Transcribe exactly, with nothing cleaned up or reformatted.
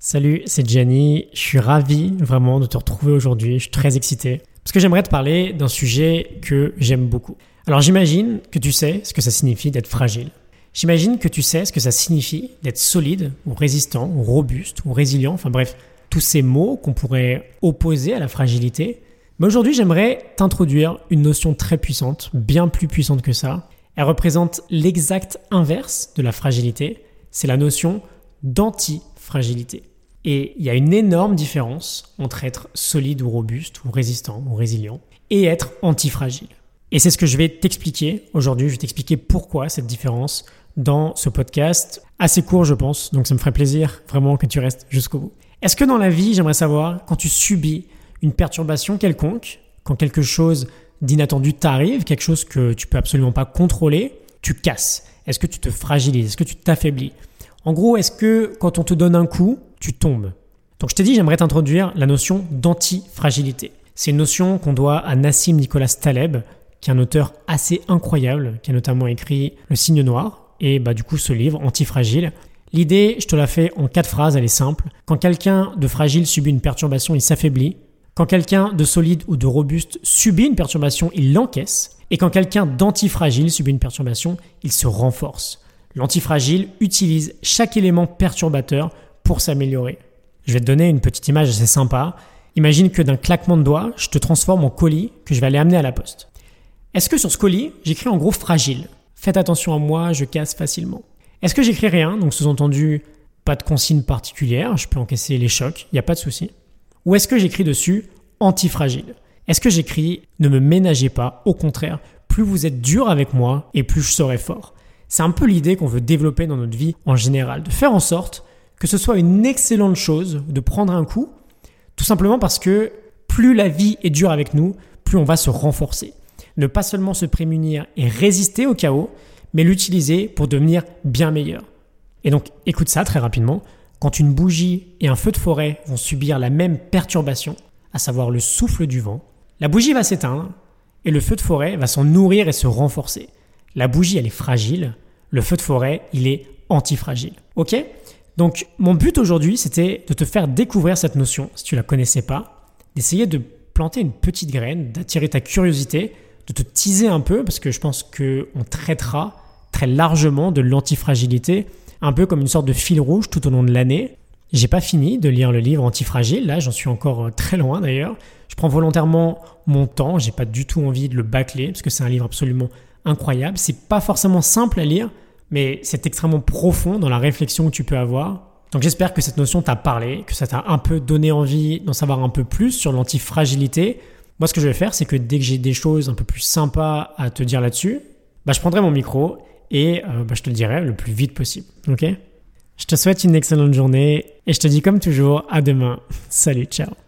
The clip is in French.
Salut, c'est Gianni. Je suis ravi vraiment de te retrouver aujourd'hui. Je suis très excité parce que j'aimerais te parler d'un sujet que j'aime beaucoup. Alors j'imagine que tu sais ce que ça signifie d'être fragile. J'imagine que tu sais ce que ça signifie d'être solide ou résistant ou robuste ou résilient. Enfin bref, tous ces mots qu'on pourrait opposer à la fragilité. Mais aujourd'hui, j'aimerais t'introduire une notion très puissante, bien plus puissante que ça. Elle représente l'exact inverse de la fragilité. C'est la notion d'anti-fragilité. Et il y a une énorme différence entre être solide ou robuste ou résistant ou résilient et être antifragile. Et c'est ce que je vais t'expliquer aujourd'hui. Je vais t'expliquer pourquoi cette différence dans ce podcast. Assez court, je pense, donc ça me ferait plaisir vraiment que tu restes jusqu'au bout. Est-ce que dans la vie, j'aimerais savoir, quand tu subis une perturbation quelconque, quand quelque chose d'inattendu t'arrive, quelque chose que tu peux absolument pas contrôler, tu casses. Est-ce que tu te fragilises? Est-ce que tu t'affaiblis? En gros, est-ce que quand on te donne un coup, tu tombes? Donc je t'ai dit, j'aimerais t'introduire la notion d'antifragilité. C'est une notion qu'on doit à Nassim Nicholas Taleb, qui est un auteur assez incroyable, qui a notamment écrit Le Cygne Noir et bah, du coup ce livre, Antifragile. L'idée, je te la fais en quatre phrases, elle est simple. Quand quelqu'un de fragile subit une perturbation, il s'affaiblit. Quand quelqu'un de solide ou de robuste subit une perturbation, il l'encaisse. Et quand quelqu'un d'antifragile subit une perturbation, il se renforce. L'antifragile utilise chaque élément perturbateur pour s'améliorer. Je vais te donner une petite image assez sympa. Imagine que d'un claquement de doigts, je te transforme en colis que je vais aller amener à la poste. Est-ce que sur ce colis, j'écris en gros fragile? Faites attention à moi, je casse facilement. Est-ce que j'écris rien? Donc sous-entendu, pas de consigne particulière, je peux encaisser les chocs, il n'y a pas de souci. Ou est-ce que j'écris dessus antifragile? Est-ce que j'écris ne me ménagez pas, au contraire, plus vous êtes dur avec moi et plus je serai fort? C'est un peu l'idée qu'on veut développer dans notre vie en général, de faire en sorte que ce soit une excellente chose de prendre un coup, tout simplement parce que plus la vie est dure avec nous, plus on va se renforcer. Ne pas seulement se prémunir et résister au chaos, mais l'utiliser pour devenir bien meilleur. Et donc, écoute ça très rapidement. Quand une bougie et un feu de forêt vont subir la même perturbation, à savoir le souffle du vent, la bougie va s'éteindre et le feu de forêt va s'en nourrir et se renforcer. La bougie, elle est fragile. Le feu de forêt, il est antifragile. Ok ? Donc, mon but aujourd'hui, c'était de te faire découvrir cette notion, si tu ne la connaissais pas, d'essayer de planter une petite graine, d'attirer ta curiosité, de te teaser un peu, parce que je pense qu'on traitera très largement de l'antifragilité, un peu comme une sorte de fil rouge tout au long de l'année. J'ai pas fini de lire le livre Antifragile, là j'en suis encore très loin d'ailleurs. Je prends volontairement mon temps, j'ai pas du tout envie de le bâcler, parce que c'est un livre absolument incroyable. C'est pas forcément simple à lire, mais c'est extrêmement profond dans la réflexion que tu peux avoir. Donc j'espère que cette notion t'a parlé, que ça t'a un peu donné envie d'en savoir un peu plus sur l'antifragilité. Moi, ce que je vais faire, c'est que dès que j'ai des choses un peu plus sympas à te dire là-dessus, bah, je prendrai mon micro et euh, bah, je te le dirai le plus vite possible. Ok ? Je te souhaite une excellente journée et je te dis comme toujours à demain. Salut, ciao.